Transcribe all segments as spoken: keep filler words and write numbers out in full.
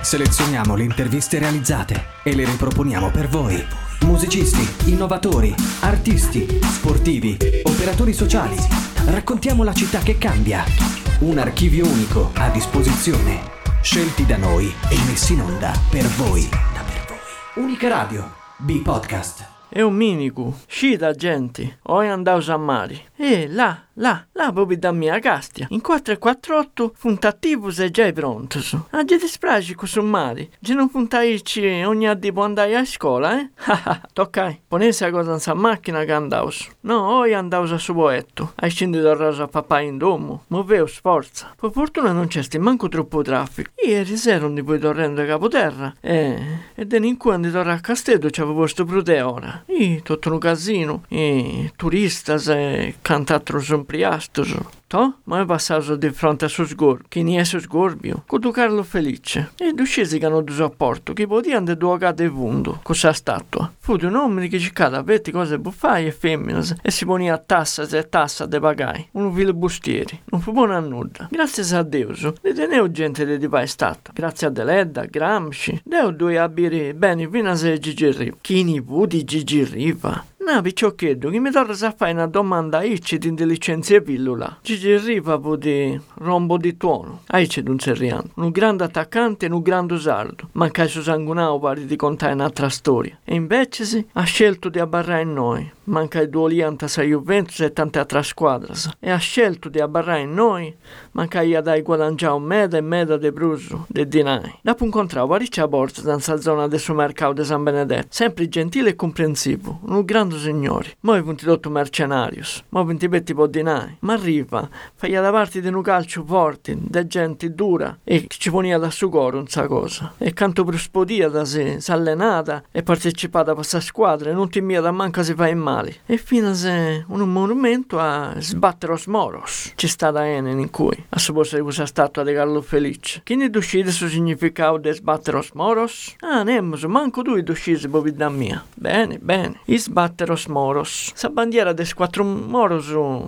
Selezioniamo le interviste realizzate e le riproponiamo per voi. Musicisti, innovatori, artisti, sportivi, operatori sociali. Raccontiamo la città che cambia. Un archivio unico a disposizione. Scelti da noi e messi in onda per voi. Unica Radio, B-Podcast. È un minicu, scita gente, oi andau a mari. E là, là, là proprio da mia castia. In quattro e quarantotto funtattivo sei già pronto. Oggi ti spragi su mari. Se non funtaici ogni anno può andare a scuola, eh? Toccai, ponesi la cosa in sa macchina che andau. No, oi andau a suo poetto. Hai scenduto a rosa a papà in domo. Muoveo sforza. Per fortuna non c'è sti manco troppo traffico. Ieri sera non ti puoi torrendo a capoterra. Eh, e den in cui andi tornare a Castello c'avevo posto per te ora. E tutto un casino. E turistas e cantatro sompriastos. To? Ma è passato di fronte a suo sgorbio. Che ne è suo sgorbio? Con tu Carlo Felice. E duscesi che hanno di sopporto. Che podia andare due cade vundo. Con sa statua. Fu di un uomo che ciccava petti cose buffai e femmine. E si poneva a tassa e tassa de pagai. Un filibustieri. Non fu buono a nulla. Grazie a Dio. Ne tenevo gente di pai stato. Grazie a Deledda, Gramsci. Deo due abire bene fino a se Gigi Riva. Chi nipoti Gigi Riva? No, piccioccheddo, che mi torna a fare una domanda a Icci di licenza pillola. Gigi Riva può di rombo di tuono. A Icci d'un serriano. Un grande attaccante e un grande usardo. Manca su sangunao pare di contare un'altra storia. E invece si ha scelto di abbarrare in noi. Manca i due lianta sa Juventus e tante altre squadre. E ha scelto di abbarrare in noi. Manca io dai guadagnare meda e meda de bruso, de dinai. Dopo incontravo parecchia borsa danza zona del suo mercato di San Benedetto. Sempre gentile e comprensivo. Un grande signori, moi punti tutto mercenarius, moi punti petti podinai, ma arriva, faglia da parte di un calcio forte, de gente dura, e ci poneva da su coro un sa cosa, e canto per spodia da se, s'allenata, e partecipata a questa squadra, e non ti mia da manca si fa in male, e fino a se un monumento a sbatteros moros, ci sta da Enen in cui, a supposto di questa statua di Carlo Felice, chi ne duscite su significato di sbatteros moros? Ah, nemmos, manco tu i duscite proprio da mia, bene, bene, i sbatteros moros. Sa bandiera des quattro moros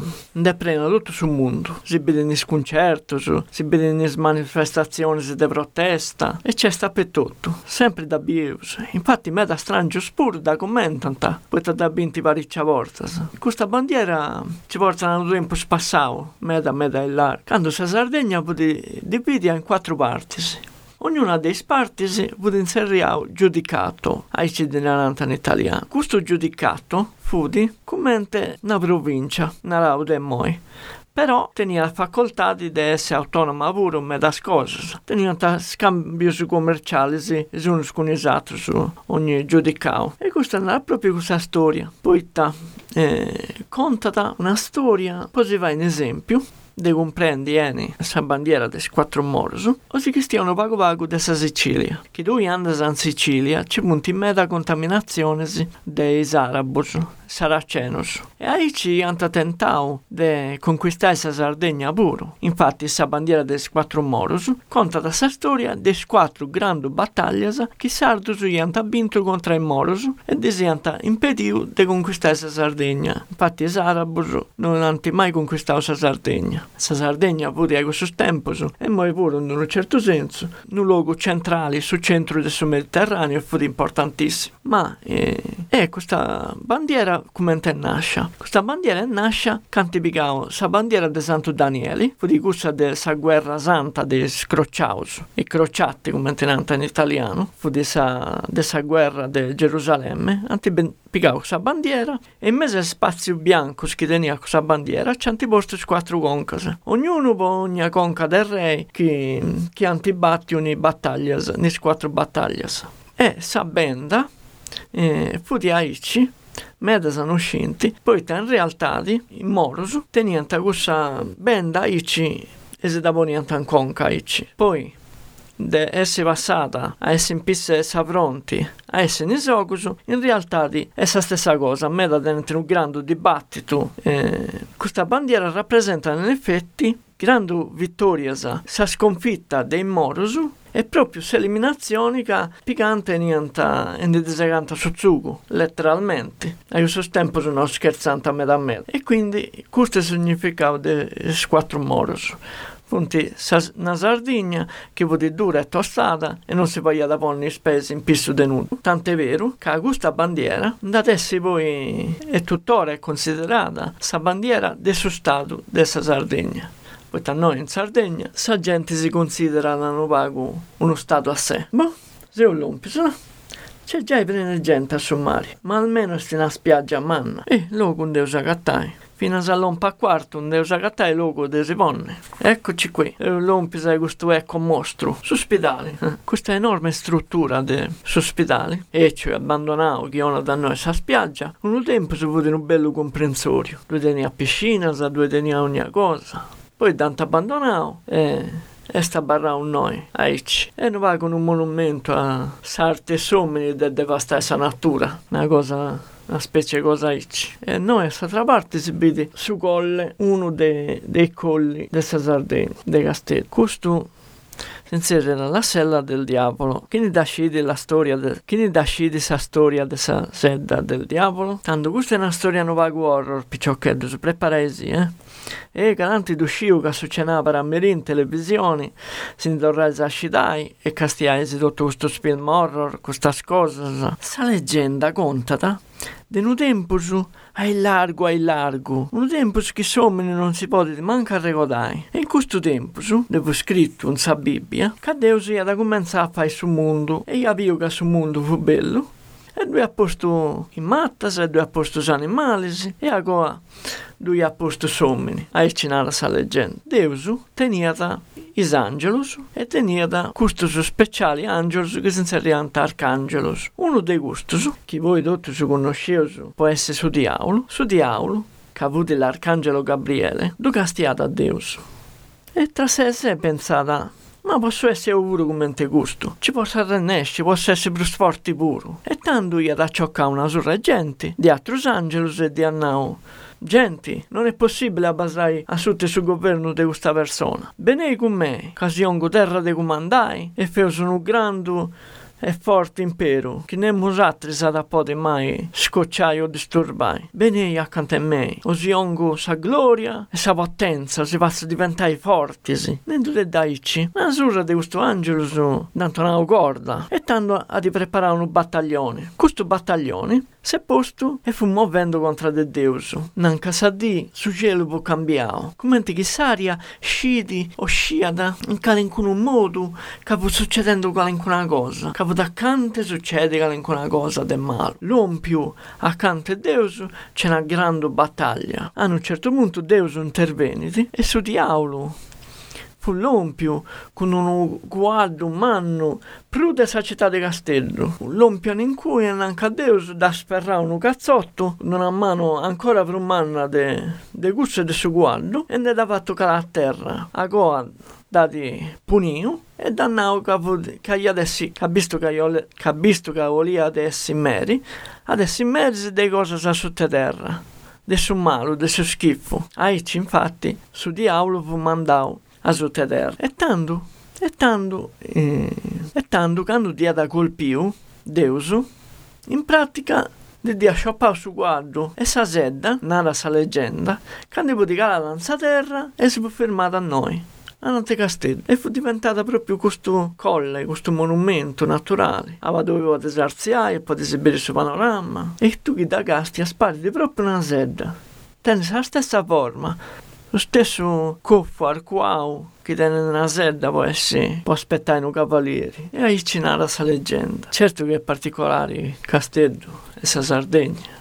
ne prende tutto sul mondo. Si vede nei sconcerti, si vede nelle manifestazioni di protesta e c'è sta per tutto. Sempre da bius. Infatti me da strangio spur da commentanta. Poi da vinti parecchia volta. Questa bandiera ci porta un tempo spassato. Meda, meda e larga. Quando sa Sardegna può dividere in quattro parti. Ognuna dei parti fu inserriato giudicato ai cittadini in italiano. Questo giudicato fu di commente una provincia, una laude e moi. Però tenia la facoltà di essere autonoma pure in mezzo cose. Tenia scambi commerciali sì, e sono scunizzati su ogni giudicato. E questa è proprio questa storia. Poi ta, eh, contata una storia, poi si va in esempio. De comprendi eni sa bandiera des quattro moros, così che stiano vago vago dessa Sicilia. Che due andas in Sicilia ci punti in meda contaminazione dei arabos, saracenos. E aí ci hanno tentato di conquistare sa Sardegna pure. Infatti sa bandiera des quattro moros conta da sa storia des quattro grandi battaglie che i sardos gli hanno vinto contro i moros e si hanno impedito di conquistare sa Sardegna. Infatti i arabos non hanno mai conquistato sa Sardegna. Sa Sardegna pure a questo tempo e poi pure in un certo senso un luogo centrale sul centro del suo Mediterraneo fu importantissimo. Ma eh, eh, questa bandiera come te nasce? Questa bandiera nasce cantipicavo sa bandiera di Santo Daniele, fu di questa dessa guerra santa dei scrociaus, i crociati come te in italiano, fu di sa dessa guerra di Gerusalemme, antipicavo sa bandiera e in mezzo al spazio bianco che tenia questa bandiera c'è antiposto quattro concase. Ognuno con ogni conca del re che, che antibatti ogni battaglia, nelle quattro battaglie. E sa benda eh, fu di Aici, meda sono usciti, poi in realtà in Moros tenivano questa benda Aici e si davano in conca Aici. Poi de essere passata a essere in pista essa pronti a essere in esocuso, in realtà è la stessa cosa, a me da dentro un grande dibattito. Eh, questa bandiera rappresenta in effetti grandi vittorie, sa sconfitta dei Moros e proprio l'eliminazione che piccante niente e ne deseganta su zugo, letteralmente. A questo tempo sono scherzando a me da me. E quindi questo è il significato dei quattro Moros. punti una Sardegna che vuole dura e tostata e non si voglia da ponni spese in pisso tenuto. Tant'è vero che questa bandiera, adesso poi è tuttora è considerata sa bandiera del suo stato della Sardegna. Poi a noi in Sardegna, sa gente si considera non pago uno stato a sé. Boh, se un lompis, no? C'è già i prende gente a sommari, ma almeno sti una spiaggia a manna. E logo un deus agattai. Fino a salompa a quarto un deus agattai logo de si ponne. Eccoci qui. E un lompis è questo ecco mostro. S'ospedale. Eh. Questa enorme struttura de s'ospedale. E cioè abbandonato che ona da noi sa spiaggia. Un tempo si vuole un bello comprensorio. Due tenia a piscina, sa due tenia ogni cosa. Poi tanto abbandonato e... e sta barra un noi aici e non va con un monumento a sarte sommi de devastare questa natura una cosa una specie di cosa aici e noi a questa parte si vede su colle uno dei, dei colli della Sardegna dei castelli questo si era la sella del diavolo. Chi ne dà scidi la storia del chi ne dà scidi sa storia della sedda del diavolo? Tanto questa è una storia nuova horror, piccioccheddo, su preparesi, eh? E garanti d'uscio che succedeva per ammirare in televisione, si indorrà a scidai e castiaisi tutto questo film horror, questa cosa. Sa leggenda contata de un tempo su ai largo ai largo un tempo che sommi non si può manca ricordare e in questo tempo su devo scritto in sa Bibbia che Dio sia da cominciare a fare sul mondo e io vivo che sul mondo fu bello e due ha posto in mattas e due ha posto animali e ancora due ha posto sommini a cenare sa leggenda Dio tenia da is angelos e tenia da custos speciali angelos che si inseriano arcangelos. Uno dei gustos, che voi tutti si conoscete, può essere su diavolo, su diavolo, che ha avuto l'arcangelo Gabriele, do castiato a Dio. E tra sé si è pensata, ma posso essere pure come te gusto, ci posso arrennesci, posso essere più forte pure. E tanto io da cioccare una sorreggente di altri angelos e di annao. Genti, non è possibile abbasare a tutti sul governo di questa persona. Bene con me, che siongo terra de comandai, e feo sono un grande e forte impero, che ne musatri sa da pote mai scocciai o disturbai. Bene accanto a me, o siongo sa gloria e sa potenza, si passa a diventare forti, sì. Nendo de daici, la surra di questo angelo su, tanto una corda, e tanto a di preparare un battaglione. Questo battaglione si è posto e fu muovendo contro de Deus. Nanca sa di, su cielo può cambiare. Come che saria scidi o sciada in qualunque modo che può succedendo qualunque cosa. Che da accanto succede qualunque cosa del male. L'ompio accanto a Deus c'è una grande battaglia. A un certo punto Deus interveniti e su diavolo fu l'ompio con un guardo umano più della città di Castello. L'ompio in cui anche a Deus da sperrare un cazzotto con una mano ancora più umana de, de gusto e del suo guardo e ne dava toccare a terra. A goa dati punio e dannavo che, che io adesso che ha visto che io che ha visto che volia adesso in meri adesso in meri delle cose sa sottoterra del suo malo, del suo schifo. Aici infatti su diavolo fu mandato a sottoterra e tanto e tanto eh, e tanto quando dia da colpio Deus in pratica di dia scioppato su guardo e sa sedda nada sa leggenda quando può tirare la lanzaterra e si fu fermata a noi a Nante Castello e fu diventata proprio questo colle, questo monumento naturale. Ava dovevo desarziare e poi esibire il suo panorama e tu che da gasti a sparti proprio una sedda tiene la stessa forma lo stesso coffo arcuau che tiene una sedda può essere può aspettare un cavaliere e ahí c'è nata questa leggenda certo che è particolare Castello e sa Sardegna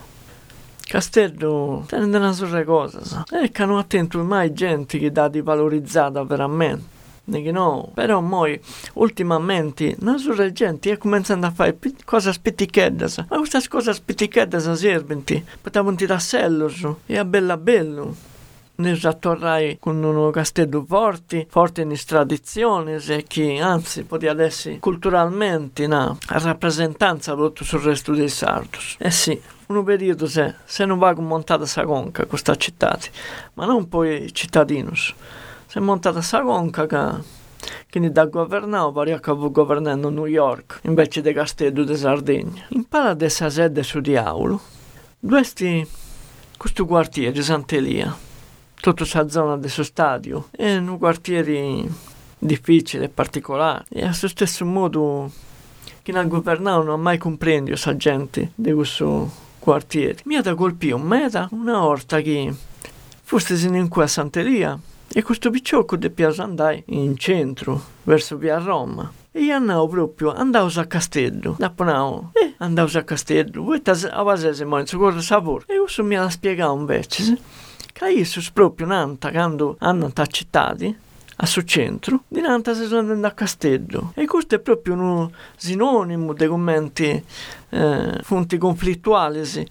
Castello tiene una sola cosa e che non attento mai gente che dà di valorizzata veramente che no però moi ultimamente una sola gente è cominciando a fare p- cose spittichedde ma queste cose spittichedde servono potevano tirare sello e a bella bello ne attorrai con un castello forte, forte in tradizioni e che anzi poteva essere culturalmente una rappresentanza tutto sul resto dei sardos. Eh sì, un periodo se, se non va montata sa conca questa città, ma non poi i cittadini. Se è montata sa conca che che ne da governare pare che fu governando New York invece del castello di Sardegna. In pala dessa sede su diavolo, due sti questo quartiere Sant'Elia tutta questa zona del suo stadio, è un quartiere difficile e particolare, e allo stesso modo che non governare non ha mai compreso questa gente di questo quartiere. Mi ha da colpire un meta, una orta che fosse in qua a Santeria, e questo picciocco di piace andare in centro, verso via Roma. E io andavo proprio, andavo a Castello, dopo no, e andavo a Castello, poi a Vasese mo in soccorso sapore. E questo mi ha spiegato invece, sì, che io sono proprio nanta, quando hanno accettati, a suo centro, di nanta si sono andando a Castello. E questo è proprio uno sinonimo dei commenti eh, fonti conflittuali, sì,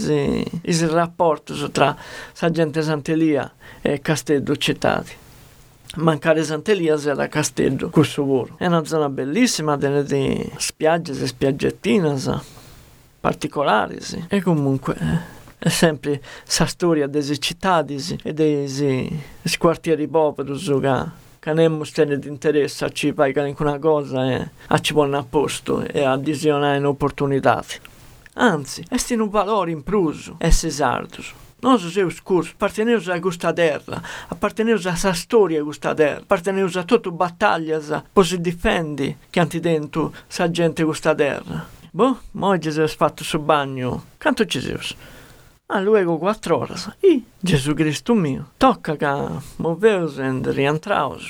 il rapporto tra la gente di Sant'Elia e Castello cittati. Mancare Sant'Elia era Castello, questo volo. È una zona bellissima, delle spiagge e spiaggettine particolari, sì. E comunque eh, è sempre la storia delle città e dei quartieri poveri che che non mostrano di interesse a ci fare nessuna cosa e a ci porre a posto e a visionare opportunità. Anzi, è un valore in pruso, essere sardos. Noi siamo scursi, apparteniamo a questa terra, apparteniamo a questa storia di questa terra, apparteniamo a tutte le battaglie per si difendere che hanno dentro la gente di questa terra. Boh, oggi si è fatto il bagno, quanto ci siamo? Ah, luego quattro ore. E Gesù Cristo mio, tocca che muoveus e rientraus.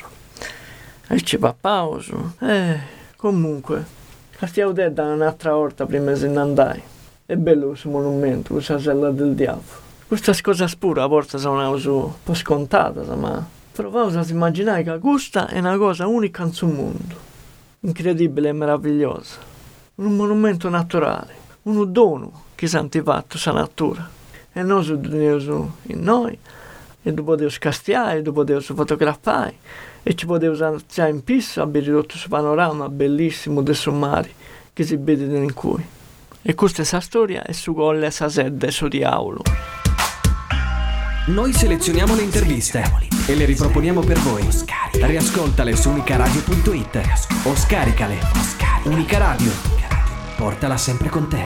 E ci pappaus. Eh, comunque, stiamo detto un'altra volta prima di andare. È bello questo monumento, questa cella del diavolo. Queste cose pure a volte sono un po' scontate, ma provavo a immaginare che questa è una cosa unica in questo mondo. Incredibile e meravigliosa. Un monumento naturale, un dono che si è fatto questa natura. E noi siamo in noi, e dopo possiamo scastiare, dopo possiamo fotografare, e ci possiamo stare in pista a vedere tutto questo panorama bellissimo del mare che si vede in cui. E questa è la storia e su quale sa sede su diavolo. Noi selezioniamo le interviste e le riproponiamo per voi. Riascoltale su unicaradio punto it o scaricale. Unica Radio. Portala sempre con te.